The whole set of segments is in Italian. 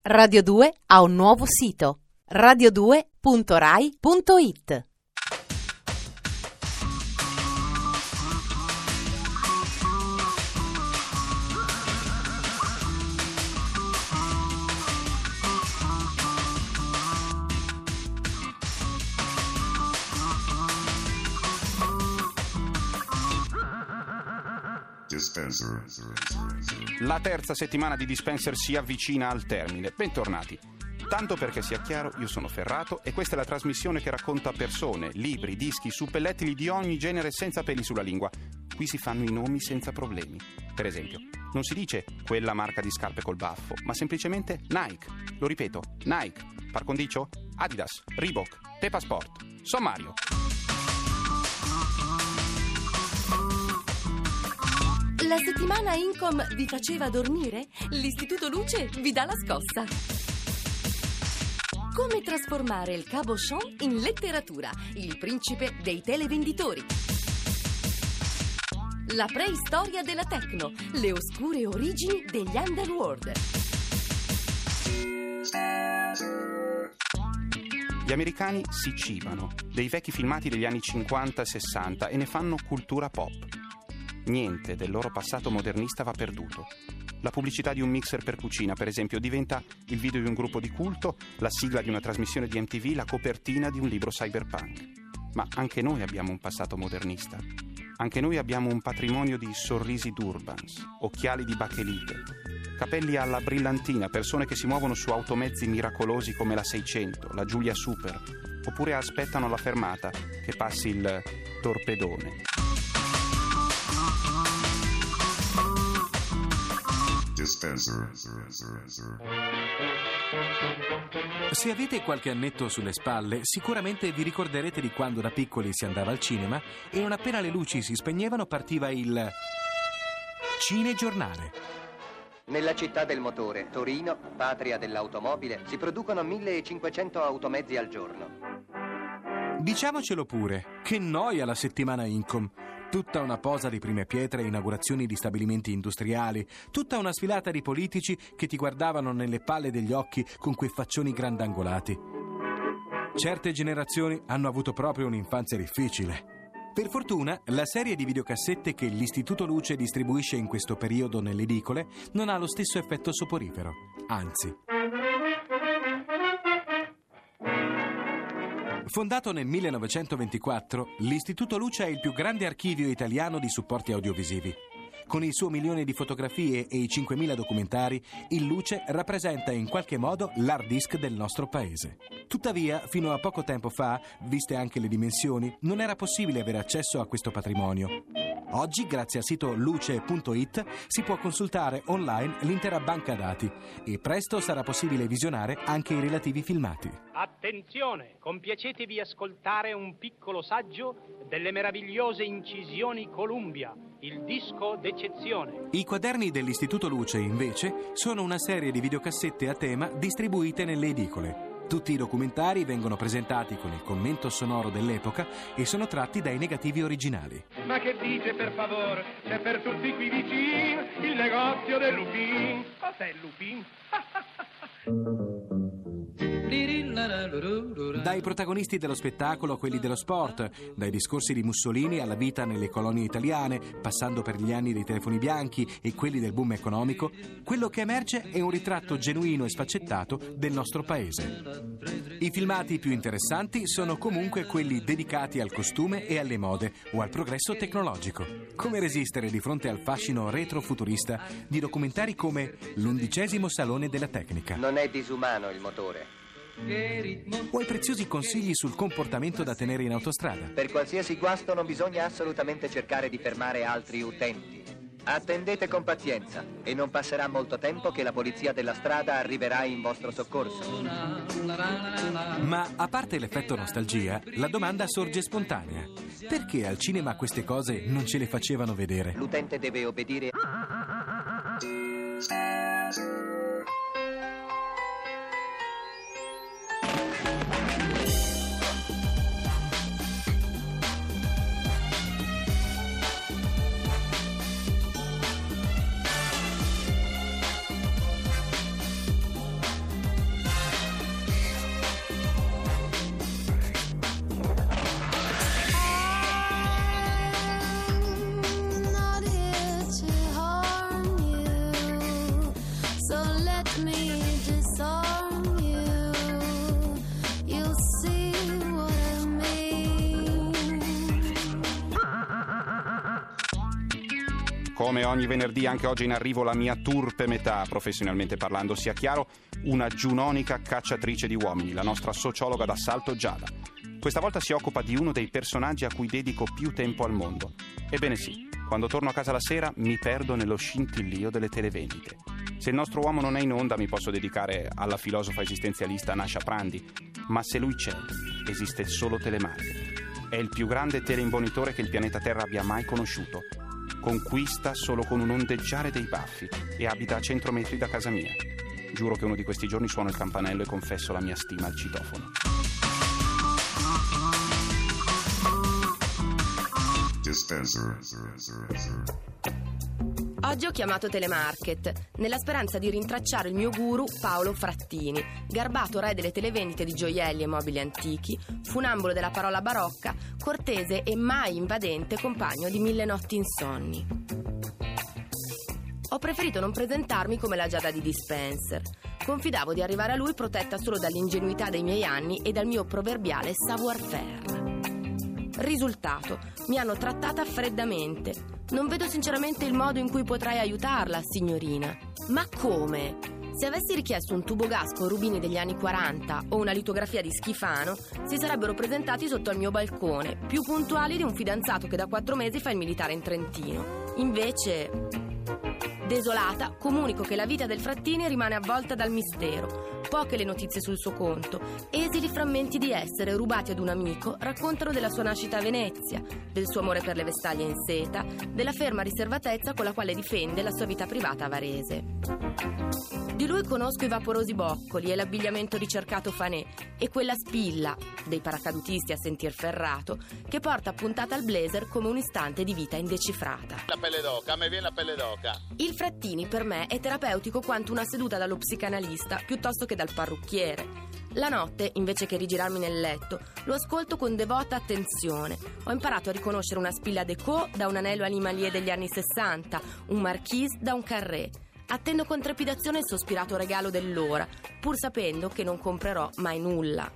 Radio 2 ha un nuovo sito: radio2.rai.it. Dispenser. La terza settimana di Dispenser si avvicina al termine. Bentornati. Tanto perché sia chiaro, io sono Ferrato e questa è la trasmissione che racconta persone, libri, dischi, suppellettili di ogni genere senza peli sulla lingua. Qui si fanno i nomi senza problemi. Per esempio, non si dice quella marca di scarpe col baffo, ma semplicemente Nike. Lo ripeto, Nike. Par condicio? Adidas, Reebok, Tepa Sport, Sommario. La settimana Incom vi faceva dormire? L'Istituto Luce vi dà la scossa. Come trasformare il cabochon in letteratura? Il principe dei televenditori. La preistoria della techno. Le oscure origini degli underworld. Gli americani si cibano dei vecchi filmati degli anni 50-60 e ne fanno cultura pop. Niente del loro passato modernista va perduto. La pubblicità di un mixer per cucina, per esempio, diventa il video di un gruppo di culto, la sigla di una trasmissione di MTV, la copertina di un libro cyberpunk. Ma anche noi abbiamo un passato modernista. Anche noi abbiamo un patrimonio di sorrisi d'Urbans, occhiali di Bachelite, capelli alla brillantina, persone che si muovono su automezzi miracolosi come la 600, la Giulia Super, oppure aspettano alla fermata che passi il torpedone. Dispenser. Se avete qualche annetto sulle spalle, sicuramente vi ricorderete di quando da piccoli si andava al cinema e non appena le luci si spegnevano partiva il cinegiornale. Nella città del motore, Torino, patria dell'automobile, si producono 1500 automezzi al giorno. Diciamocelo pure, che noia la settimana Incom. Tutta una posa di prime pietre e inaugurazioni di stabilimenti industriali, tutta una sfilata di politici che ti guardavano nelle palle degli occhi con quei faccioni grandangolati. Certe generazioni hanno avuto proprio un'infanzia difficile. Per fortuna, la serie di videocassette che l'Istituto Luce distribuisce in questo periodo nelle edicole non ha lo stesso effetto soporifero, anzi. Fondato nel 1924, l'Istituto Luce è il più grande archivio italiano di supporti audiovisivi. Con il suo 1 milione di fotografie e i 5.000 documentari, il Luce rappresenta in qualche modo l'hard disk del nostro paese. Tuttavia, fino a poco tempo fa, viste anche le dimensioni, non era possibile avere accesso a questo patrimonio. Oggi, grazie al sito luce.it, si può consultare online l'intera banca dati e presto sarà possibile visionare anche i relativi filmati. Attenzione, compiacetevi ascoltare un piccolo saggio delle meravigliose incisioni Columbia, il disco d'eccezione. I quaderni dell'Istituto Luce, invece, sono una serie di videocassette a tema distribuite nelle edicole. Tutti i documentari vengono presentati con il commento sonoro dell'epoca e sono tratti dai negativi originali. Ma che dice, per favore? C'è per tutti qui vicino il negozio del Lupin. Cos'è il Lupin? Dai protagonisti dello spettacolo a quelli dello sport, dai discorsi di Mussolini alla vita nelle colonie italiane, passando per gli anni dei telefoni bianchi e quelli del boom economico, quello che emerge è un ritratto genuino e sfaccettato del nostro paese. I filmati più interessanti sono comunque quelli dedicati al costume e alle mode o al progresso tecnologico. Come resistere di fronte al fascino retrofuturista di documentari come l'11° Salone della Tecnica? Non è disumano il motore. O ai preziosi consigli sul comportamento da tenere in autostrada. Per qualsiasi guasto non bisogna assolutamente cercare di fermare altri utenti. Attendete con pazienza e non passerà molto tempo che la polizia della strada arriverà in vostro soccorso. Ma a parte l'effetto nostalgia, la domanda sorge spontanea. Perché al cinema queste cose non ce le facevano vedere? L'utente deve obbedire. Come ogni venerdì, anche oggi in arrivo la mia turpe metà, professionalmente parlando, sia chiaro, una giunonica cacciatrice di uomini, la nostra sociologa d'assalto Giada. Questa volta si occupa di uno dei personaggi a cui dedico più tempo al mondo. Ebbene sì, quando torno a casa la sera mi perdo nello scintillio delle televendite. Se il nostro uomo non è in onda mi posso dedicare alla filosofa esistenzialista Nasha Prandi, ma se lui c'è, esiste solo telemarketing. È il più grande teleimbonitore che il pianeta Terra abbia mai conosciuto. Conquista solo con un ondeggiare dei baffi e abita a 100 metri da casa mia. Giuro che uno di questi giorni suono il campanello e confesso la mia stima al citofono. Dispenser. Oggi ho chiamato Telemarket nella speranza di rintracciare il mio guru Paolo Frattini, garbato re delle televendite di gioielli e mobili antichi, funambolo della parola barocca, cortese e mai invadente compagno di 1000 notti insonni. Ho preferito non presentarmi come la Giada di Dispenser. Confidavo di arrivare a lui protetta solo dall'ingenuità dei miei anni e dal mio proverbiale savoir-faire. Risultato, mi hanno trattata freddamente. Non vedo sinceramente il modo in cui potrei aiutarla, signorina. Ma come? Se avessi richiesto un tubo gas con rubini degli anni 40 o una litografia di Schifano, si sarebbero presentati sotto il mio balcone, più puntuali di un fidanzato che da 4 mesi fa il militare in Trentino. Invece, desolata, comunico che la vita del Frattini rimane avvolta dal mistero. Poche le notizie sul suo conto. Esili frammenti di essere rubati ad un amico raccontano della sua nascita a Venezia, del suo amore per le vestaglie in seta, della ferma riservatezza con la quale difende la sua vita privata a Varese. Di lui conosco i vaporosi boccoli e l'abbigliamento ricercato fanè e quella spilla dei paracadutisti a sentir ferrato che porta puntata al blazer come un istante di vita indecifrata. La pelle d'oca, a me viene la pelle d'oca. Il Frattini per me è terapeutico quanto una seduta dallo psicanalista piuttosto che dal parrucchiere. La notte, invece che rigirarmi nel letto, lo ascolto con devota attenzione. Ho imparato a riconoscere una spilla Déco da un anello animalier degli anni 60, un Marquise da un Carré. Attendo con trepidazione il sospirato regalo dell'ora, pur sapendo che non comprerò mai nulla.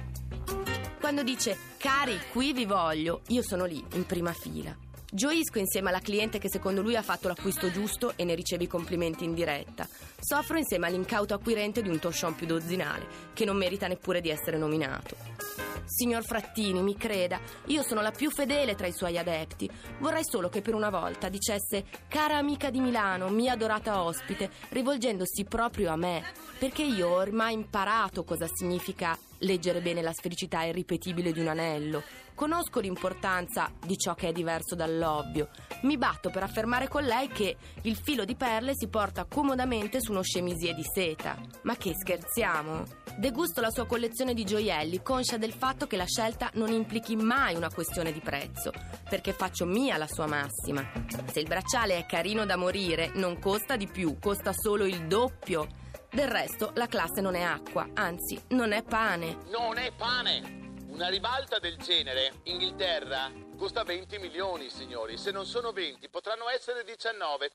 Quando dice "Cari, qui vi voglio", io sono lì, in prima fila. Gioisco insieme alla cliente che secondo lui ha fatto l'acquisto giusto e ne riceve i complimenti in diretta. Soffro insieme all'incauto acquirente di un torchon più dozzinale, che non merita neppure di essere nominato. Signor Frattini, mi creda, io sono la più fedele tra i suoi adepti. Vorrei solo che per una volta dicesse "Cara amica di Milano, mia adorata ospite", rivolgendosi proprio a me, perché io ho ormai imparato cosa significa leggere bene la sfericità irripetibile di un anello. Conosco l'importanza di ciò che è diverso dall'ovvio. Mi batto per affermare con lei che il filo di perle si porta comodamente su uno chemisier di seta. Ma che scherziamo? Degusto la sua collezione di gioielli, conscia del fatto che la scelta non implichi mai una questione di prezzo, perché faccio mia la sua massima. Se il bracciale è carino da morire, non costa di più, costa solo il doppio. Del resto, la classe non è acqua, anzi, non è pane. Non è pane! Una ribalta del genere, Inghilterra, costa 20 milioni, signori. Se non sono 20, potranno essere 19.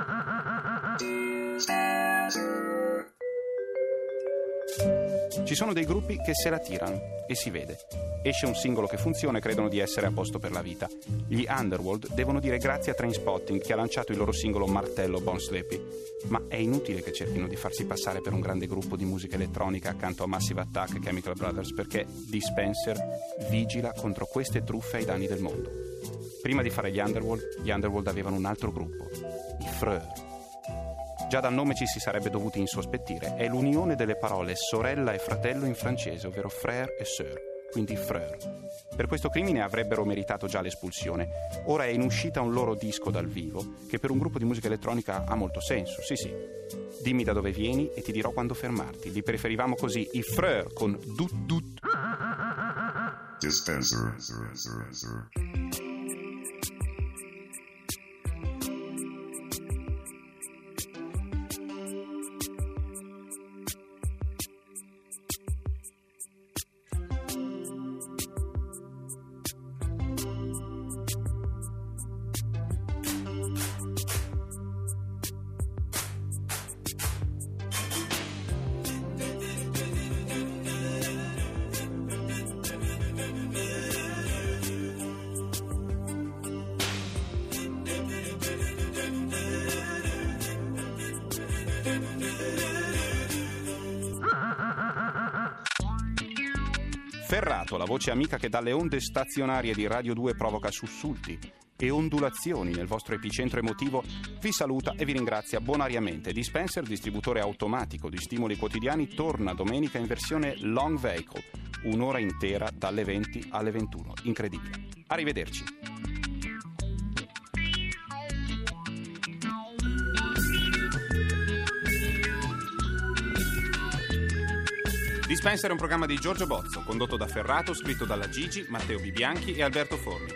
Ci sono dei gruppi che se la tirano e si vede. Esce un singolo che funziona e credono di essere a posto per la vita. Gli Underworld devono dire grazie a Trainspotting che ha lanciato il loro singolo Martello Bon Sleepy. Ma è inutile che cerchino di farsi passare per un grande gruppo di musica elettronica accanto a Massive Attack e Chemical Brothers, perché Dispenser vigila contro queste truffe ai danni del mondo. Prima di fare gli Underworld avevano un altro gruppo, i Freur. Già dal nome ci si sarebbe dovuti insospettire. È l'unione delle parole sorella e fratello in francese, ovvero frère e sœur, quindi frère. Per questo crimine avrebbero meritato già l'espulsione. Ora è in uscita un loro disco dal vivo che per un gruppo di musica elettronica ha molto senso, sì. Dimmi da dove vieni e ti dirò quando fermarti. Li preferivamo così, i frère con dut dut. Dispenser. Ferrato, la voce amica che dalle onde stazionarie di Radio 2 provoca sussulti e ondulazioni nel vostro epicentro emotivo, vi saluta e vi ringrazia bonariamente. Dispenser, distributore automatico di stimoli quotidiani, torna domenica in versione Long Vehicle, un'ora intera dalle 20 alle 21. Incredibile. Arrivederci. Dispenser è un programma di Giorgio Bozzo, condotto da Ferrato, scritto dalla Gigi, Matteo Bibianchi e Alberto Forni.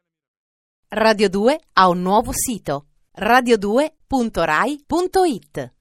Radio 2 ha un nuovo sito: radio2.rai.it.